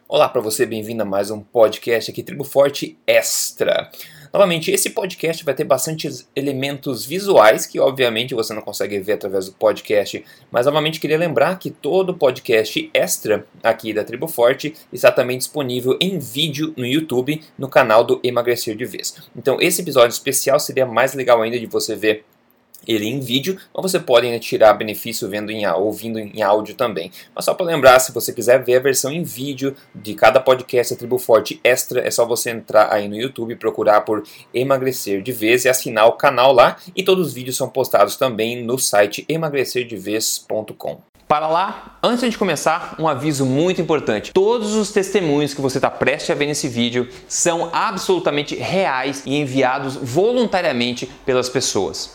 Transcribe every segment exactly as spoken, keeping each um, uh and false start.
Olá para você, bem-vindo a mais um podcast aqui, Tribo Forte Extra. Novamente, esse podcast vai ter bastantes elementos visuais que obviamente você não consegue ver através do podcast, mas novamente queria lembrar que todo podcast extra aqui da Tribo Forte está também disponível em vídeo no YouTube, no canal do Emagrecer de Vez. Então esse episódio especial seria mais legal ainda de você ver ele em vídeo, mas você pode ainda tirar benefício vendo em, ouvindo em áudio também. Mas só para lembrar, se você quiser ver a versão em vídeo de cada podcast da Tribo Forte Extra, é só você entrar aí no YouTube, procurar por Emagrecer de Vez e assinar o canal lá. E todos os vídeos são postados também no site emagrecer de vez ponto com. Para lá, antes de começar, um aviso muito importante. Todos os testemunhos que você está prestes a ver nesse vídeo são absolutamente reais e enviados voluntariamente pelas pessoas.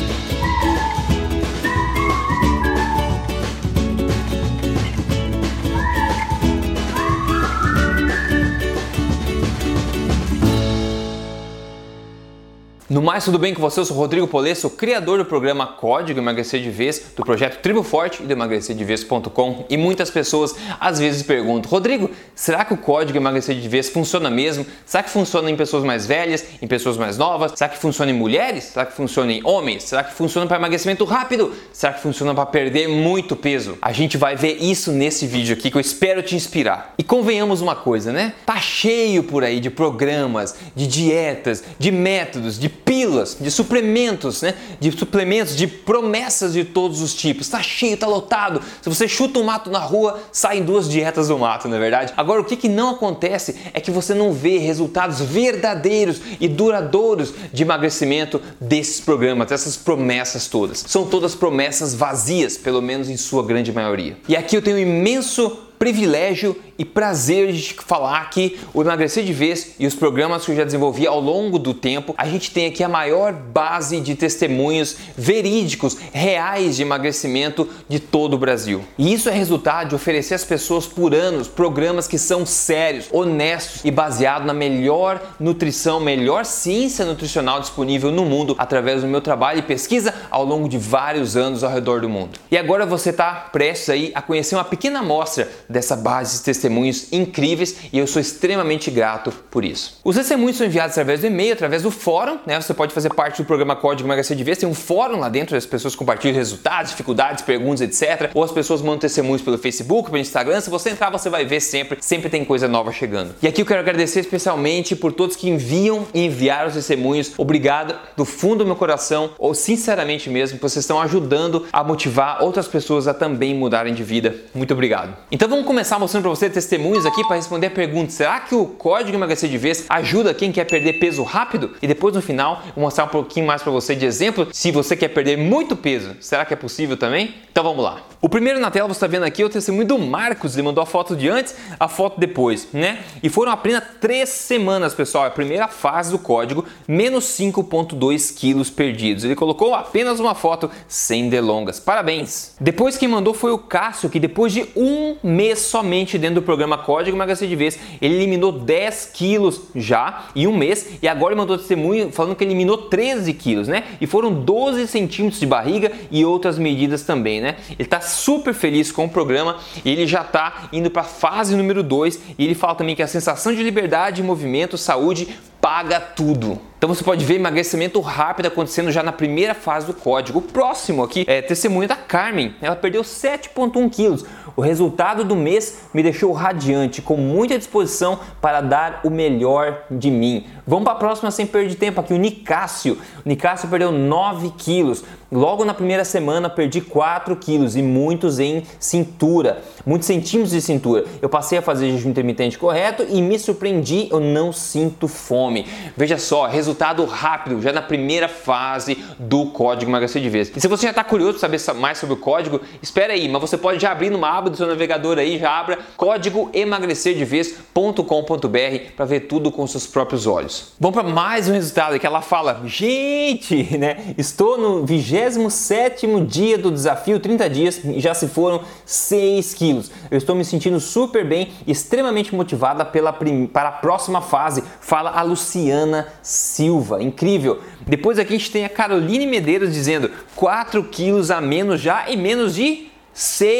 No mais, tudo bem com você? Eu sou Rodrigo Polesso, criador do programa Código Emagrecer de Vez, do projeto Tribo Forte e do emagrecer de vez ponto com. E muitas pessoas às vezes perguntam: Rodrigo, será que o Código Emagrecer de Vez funciona mesmo? Será que funciona em pessoas mais velhas, em pessoas mais novas? Será que funciona em mulheres? Será que funciona em homens? Será que funciona para emagrecimento rápido? Será que funciona para perder muito peso? A gente vai ver isso nesse vídeo aqui que eu espero te inspirar. E convenhamos uma coisa, né? Tá cheio por aí de programas, de dietas, de métodos, de pílulas, de suplementos, né? De suplementos, de promessas de todos os tipos. Tá cheio, tá lotado. Se você chuta um mato na rua, saem duas dietas do mato, não é verdade? Agora, o que, que não acontece é que você não vê resultados verdadeiros e duradouros de emagrecimento desses programas, dessas promessas todas. São todas promessas vazias, pelo menos em sua grande maioria. E aqui eu tenho um imenso privilégio e prazer de falar que o Emagrecer de Vez e os programas que eu já desenvolvi ao longo do tempo, a gente tem aqui a maior base de testemunhos verídicos, reais de emagrecimento de todo o Brasil. E isso é resultado de oferecer às pessoas por anos programas que são sérios, honestos e baseados na melhor nutrição, melhor ciência nutricional disponível no mundo através do meu trabalho e pesquisa ao longo de vários anos ao redor do mundo. E agora você está prestes aí a conhecer uma pequena amostra dessa base de testemunhos incríveis e eu sou extremamente grato por isso. Os testemunhos são enviados através do e-mail, através do fórum, né? Você pode fazer parte do programa Código Emagrecer de Vez, tem um fórum lá dentro, as pessoas compartilham resultados, dificuldades, perguntas, etcétera. Ou as pessoas mandam testemunhos pelo Facebook, pelo Instagram. Se você entrar, você vai ver sempre, sempre tem coisa nova chegando. E aqui eu quero agradecer especialmente por todos que enviam e enviaram os testemunhos. Obrigado do fundo do meu coração, ou sinceramente mesmo, vocês estão ajudando a motivar outras pessoas a também mudarem de vida. Muito obrigado. Então vamos começar mostrando para você testemunhos aqui para responder a pergunta: será que o Código Emagrecer de Vez ajuda quem quer perder peso rápido? E depois no final eu vou mostrar um pouquinho mais para você de exemplo se você quer perder muito peso. Será que é possível também? Então vamos lá. O primeiro na tela você está vendo aqui é o testemunho do Marcos. Ele mandou a foto de antes, a foto depois, né? E foram apenas três semanas, pessoal. A primeira fase do código, menos cinco vírgula dois quilos perdidos. Ele colocou apenas uma foto sem delongas. Parabéns! Depois quem mandou foi o Cássio, que depois de um mês somente dentro do programa Código Emagrecer de Vez, ele eliminou dez quilos já em um mês e agora ele mandou testemunho falando que eliminou treze quilos, né? E foram doze centímetros de barriga e outras medidas também, né? Ele está super feliz com o programa e ele já está indo para a fase número dois e ele fala também que a sensação de liberdade, movimento, saúde paga tudo. Então você pode ver emagrecimento rápido acontecendo já na primeira fase do código. O próximo aqui é testemunho da Carmen. Ela perdeu sete vírgula um quilos. O resultado do mês me deixou radiante, com muita disposição para dar o melhor de mim. Vamos para a próxima sem perder tempo aqui, o Nicásio. O Nicásio perdeu nove quilos. Logo na primeira semana perdi quatro quilos e muitos em cintura, muitos centímetros de cintura. Eu passei a fazer jejum intermitente correto e me surpreendi, eu não sinto fome. Veja só, resultado rápido, já na primeira fase do Código Emagrecer de Vez. E se você já está curioso para saber mais sobre o código, espera aí, mas você pode já abrir numa aba do seu navegador aí, já abra código emagrecer de vez ponto com ponto b r para ver tudo com seus próprios olhos. Vamos para mais um resultado que ela fala: gente, né, estou no vigésimo sétimo dia do desafio, trinta dias, e já se foram seis quilos. Eu estou me sentindo super bem, extremamente motivada pela prim... para a próxima fase. Fala a Luciana Silva, incrível. Depois aqui a gente tem a Caroline Medeiros dizendo quatro quilos a menos já em menos de seis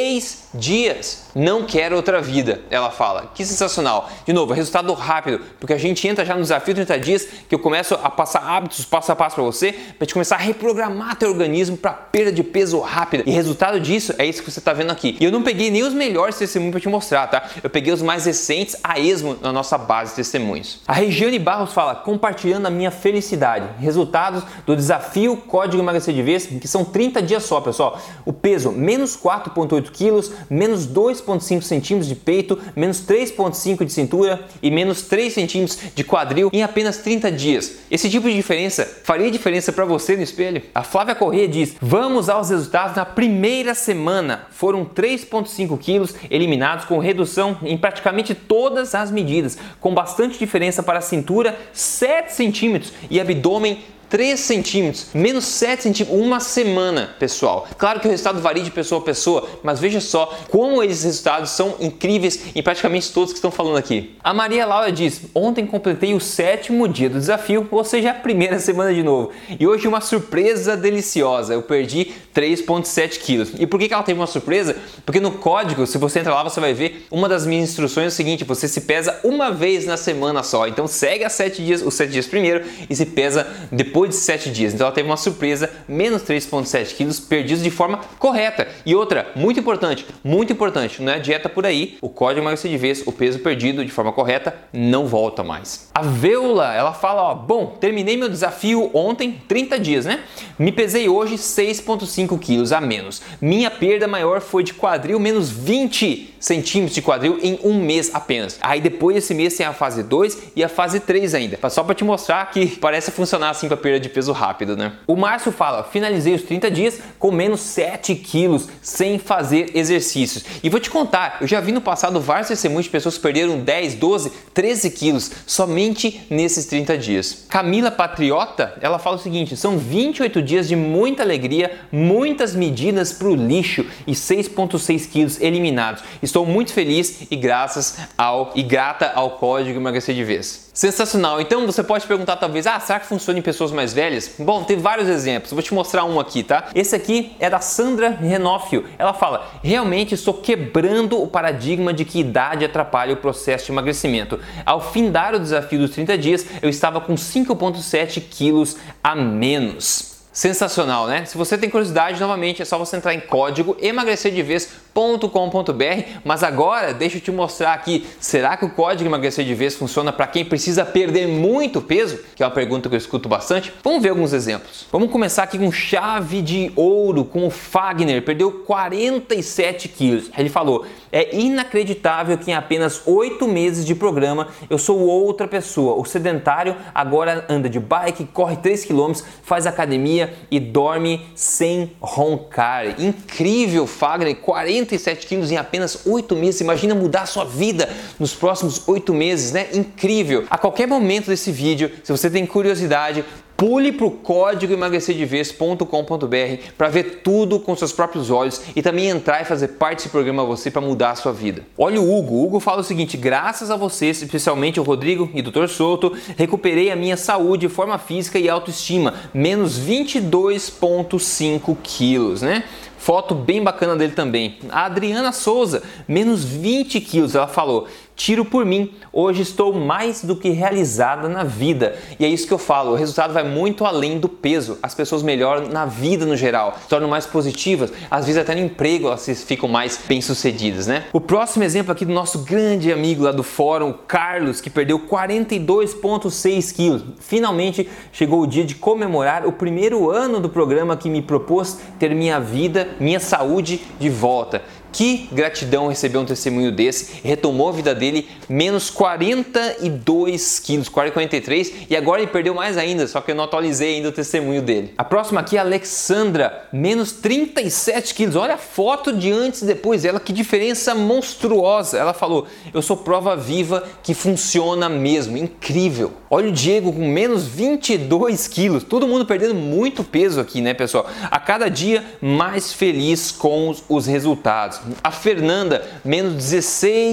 dias. Não quero outra vida, ela fala. Que sensacional. De novo, resultado rápido, porque a gente entra já no desafio trinta dias, que eu começo a passar hábitos passo a passo para você, para te começar a reprogramar teu organismo para perda de peso rápida. E resultado disso é isso que você está vendo aqui. E eu não peguei nem os melhores testemunhos para te mostrar, tá? Eu peguei os mais recentes a esmo na nossa base de testemunhos. A Regiane Barros fala, compartilhando a minha felicidade. Resultados do desafio Código Emagrecer de Vez, que são trinta dias só, pessoal. O peso, menos quatro vírgula oito quilos, menos dois vírgula cinco centímetros de peito, menos três vírgula cinco de cintura e menos três centímetros de quadril em apenas trinta dias. Esse tipo de diferença faria diferença para você no espelho? A Flávia Corrêa diz, vamos aos resultados na primeira semana. Foram três vírgula cinco quilos eliminados com redução em praticamente todas as medidas, com bastante diferença para a cintura, sete centímetros e abdômen, três centímetros, menos sete centímetros, uma semana, pessoal. Claro que o resultado varia de pessoa a pessoa, mas veja só como esses resultados são incríveis em praticamente todos que estão falando aqui. A Maria Laura diz, ontem completei o sétimo dia do desafio, ou seja, a primeira semana de novo. E hoje uma surpresa deliciosa, eu perdi três vírgula sete quilos. E por que ela teve uma surpresa? Porque no código, se você entrar lá, você vai ver, uma das minhas instruções é o seguinte, você se pesa uma vez na semana só. Então segue as sete dias, os sete dias primeiro e se pesa depois Depois de sete dias. Então ela teve uma surpresa, menos três vírgula sete quilos perdidos de forma correta. E outra, muito importante, muito importante, não é dieta por aí, o código emagrecer de vez, o peso perdido de forma correta não volta mais. A Veula, ela fala, ó, bom, terminei meu desafio ontem, trinta dias, né? Me pesei hoje seis vírgula cinco quilos a menos. Minha perda maior foi de quadril, menos vinte centímetros de quadril em um mês apenas. Aí depois desse mês tem a fase dois e a fase três ainda. Só para te mostrar que parece funcionar assim para perda de peso rápido, né? O Márcio fala, finalizei os trinta dias com menos sete quilos sem fazer exercícios. E vou te contar, eu já vi no passado vários testemunhos de pessoas que perderam dez, doze, treze quilos somente nesses trinta dias. Camila Patriota, ela fala o seguinte, são vinte e oito dias de muita alegria, muitas medidas para o lixo e seis vírgula seis quilos eliminados. Estou muito feliz e graças ao e grata ao código emagrecer de vez. Sensacional. Então você pode perguntar talvez, ah, será que funciona em pessoas mais velhas? Bom, tem vários exemplos. Vou te mostrar um aqui, tá? Esse aqui é da Sandra Renófio. Ela fala, realmente estou quebrando o paradigma de que idade atrapalha o processo de emagrecimento. Ao findar o desafio dos trinta dias, eu estava com cinco vírgula sete quilos a menos. Sensacional, né? Se você tem curiosidade, novamente, é só você entrar em código emagrecer de vez ponto com ponto br, mas agora deixa eu te mostrar aqui, será que o código emagrecer de vez funciona para quem precisa perder muito peso? Que é uma pergunta que eu escuto bastante. Vamos ver alguns exemplos. Vamos começar aqui com chave de ouro, com o Fagner, perdeu quarenta e sete quilos. Ele falou, é inacreditável que em apenas oito meses de programa eu sou outra pessoa. O sedentário agora anda de bike, corre três quilômetros, faz academia e dorme sem roncar. Incrível, Fagner, quarenta e sete quilos em apenas oito meses. Imagina mudar a sua vida nos próximos oito meses, né? Incrível. A qualquer momento desse vídeo, se você tem curiosidade, pule para o código emagrecer de vez ponto com ponto br para ver tudo com seus próprios olhos e também entrar e fazer parte desse programa você para mudar a sua vida. Olha o Hugo. O Hugo fala o seguinte, graças a vocês, especialmente o Rodrigo e o doutor Souto, recuperei a minha saúde, forma física e autoestima, menos vinte e dois vírgula cinco quilos, né? Foto bem bacana dele também. A Adriana Souza, menos vinte quilos, ela falou, tiro por mim, hoje estou mais do que realizada na vida. E é isso que eu falo, o resultado vai muito além do peso. As pessoas melhoram na vida no geral, se tornam mais positivas, às vezes até no emprego elas ficam mais bem-sucedidas, né? O próximo exemplo aqui do nosso grande amigo lá do fórum, Carlos, que perdeu quarenta e dois vírgula seis quilos. Finalmente chegou o dia de comemorar o primeiro ano do programa que me propôs ter minha vida, minha saúde de volta. Que gratidão receber um testemunho desse, retomou a vida dele, menos quarenta e dois quilos, quase quarenta e três, e agora ele perdeu mais ainda, só que eu não atualizei ainda o testemunho dele. A próxima aqui é a Alexandra, menos trinta e sete quilos, olha a foto de antes e depois dela, que diferença monstruosa. Ela falou, eu sou prova viva que funciona mesmo, incrível. Olha o Diego com menos vinte e dois quilos, todo mundo perdendo muito peso aqui, né, pessoal? A cada dia mais feliz com os, os resultados. A Fernanda, menos dezesseis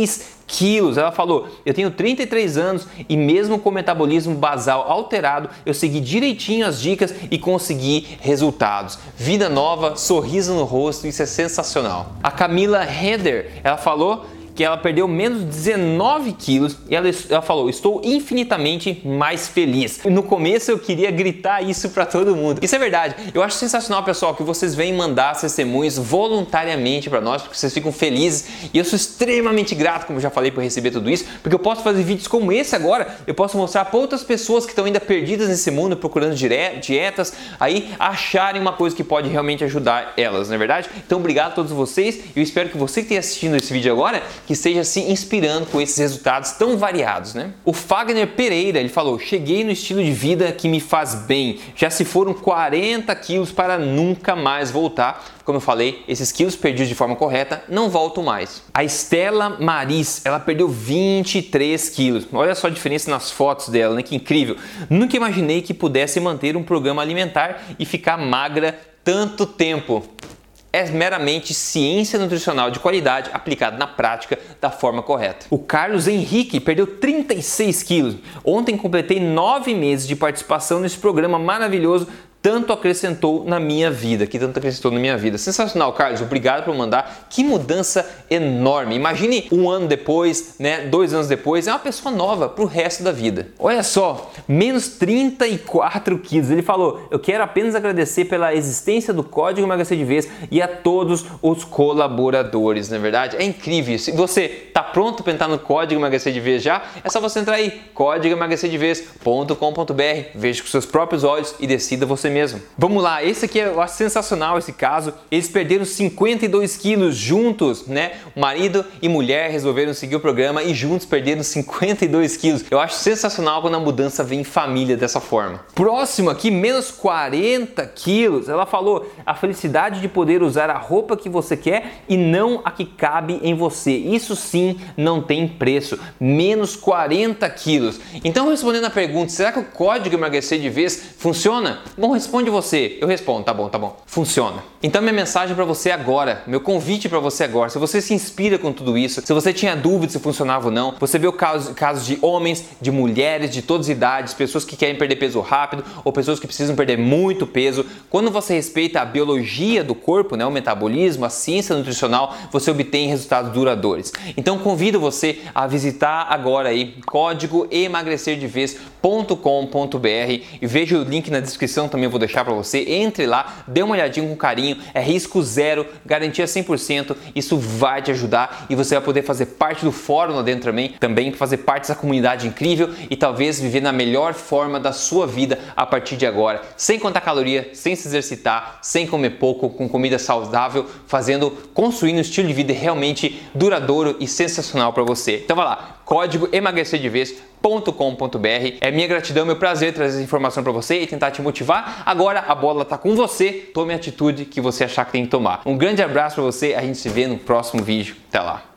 quilos. Ela falou, eu tenho trinta e três anos e mesmo com o metabolismo basal alterado, eu segui direitinho as dicas e consegui resultados. Vida nova, sorriso no rosto, isso é sensacional. A Camila Heder, ela falou que ela perdeu menos de dezenove quilos e ela, ela falou, estou infinitamente mais feliz. No começo eu queria gritar isso para todo mundo. Isso é verdade. Eu acho sensacional, pessoal, que vocês vêm mandar testemunhos voluntariamente para nós, porque vocês ficam felizes e eu sou extremamente grato, como já falei, por receber tudo isso, porque eu posso fazer vídeos como esse agora, eu posso mostrar para outras pessoas que estão ainda perdidas nesse mundo, procurando dietas, aí acharem uma coisa que pode realmente ajudar elas, não é verdade? Então, obrigado a todos vocês e eu espero que você que esteja assistindo esse vídeo agora, que esteja se inspirando com esses resultados tão variados, né? O Fagner Pereira, ele falou, cheguei no estilo de vida que me faz bem, já se foram quarenta quilos para nunca mais voltar. Como eu falei, esses quilos perdidos de forma correta não voltam mais. A Estela Maris, ela perdeu vinte e três quilos. Olha só a diferença nas fotos dela, né? Que incrível. Nunca imaginei que pudesse manter um programa alimentar e ficar magra tanto tempo. É meramente ciência nutricional de qualidade aplicada na prática da forma correta. O Carlos Henrique perdeu trinta e seis quilos. Ontem completei nove meses de participação nesse programa maravilhoso. Tanto acrescentou na minha vida, que tanto acrescentou na minha vida. Sensacional, Carlos, obrigado por mandar. Que mudança enorme. Imagine um ano depois, né, dois anos depois, é uma pessoa nova para o resto da vida. Olha só, menos trinta e quatro quilos. Ele falou, eu quero apenas agradecer pela existência do Código Emagrecer de Vez e a todos os colaboradores, não é verdade? É incrível. Se você está pronto para entrar no Código Emagrecer de Vez já, é só você entrar aí, código emagrecer de vez ponto com ponto br, veja com seus próprios olhos e decida você mesmo. Vamos lá, esse aqui eu acho sensacional esse caso. Eles perderam cinquenta e dois quilos juntos, né? O marido e mulher resolveram seguir o programa e juntos perderam cinquenta e dois quilos. Eu acho sensacional quando a mudança vem em família dessa forma. Próximo aqui, menos quarenta quilos. Ela falou, a felicidade de poder usar a roupa que você quer e não a que cabe em você. Isso sim não tem preço. Menos quarenta quilos. Então, respondendo a pergunta, será que o Código Emagrecer de Vez funciona? Bom, responde você. Eu respondo, tá bom, tá bom. Funciona. Então minha mensagem para você agora, meu convite para você agora, se você se inspira com tudo isso, se você tinha dúvida se funcionava ou não, você vê o caso, casos de homens, de mulheres, de todas as idades, pessoas que querem perder peso rápido ou pessoas que precisam perder muito peso. Quando você respeita a biologia do corpo, né, o metabolismo, a ciência nutricional, você obtém resultados duradouros. Então convido você a visitar agora aí código emagrecer de vez ponto com ponto br e veja o link na descrição também. Eu vou deixar para você, entre lá, dê uma olhadinha com carinho, é risco zero, garantia cem por cento, isso vai te ajudar e você vai poder fazer parte do fórum lá dentro também, também fazer parte dessa comunidade incrível e talvez viver na melhor forma da sua vida a partir de agora, sem contar caloria, sem se exercitar, sem comer pouco, com comida saudável, fazendo, construindo um estilo de vida realmente duradouro e sensacional para você. Então vai lá, código emagrecer de vez ponto com ponto br. É minha gratidão, meu prazer trazer essa informação para você e tentar te motivar. Agora a bola está com você, tome a atitude que você achar que tem que tomar. Um grande abraço para você, a gente se vê no próximo vídeo. Até lá!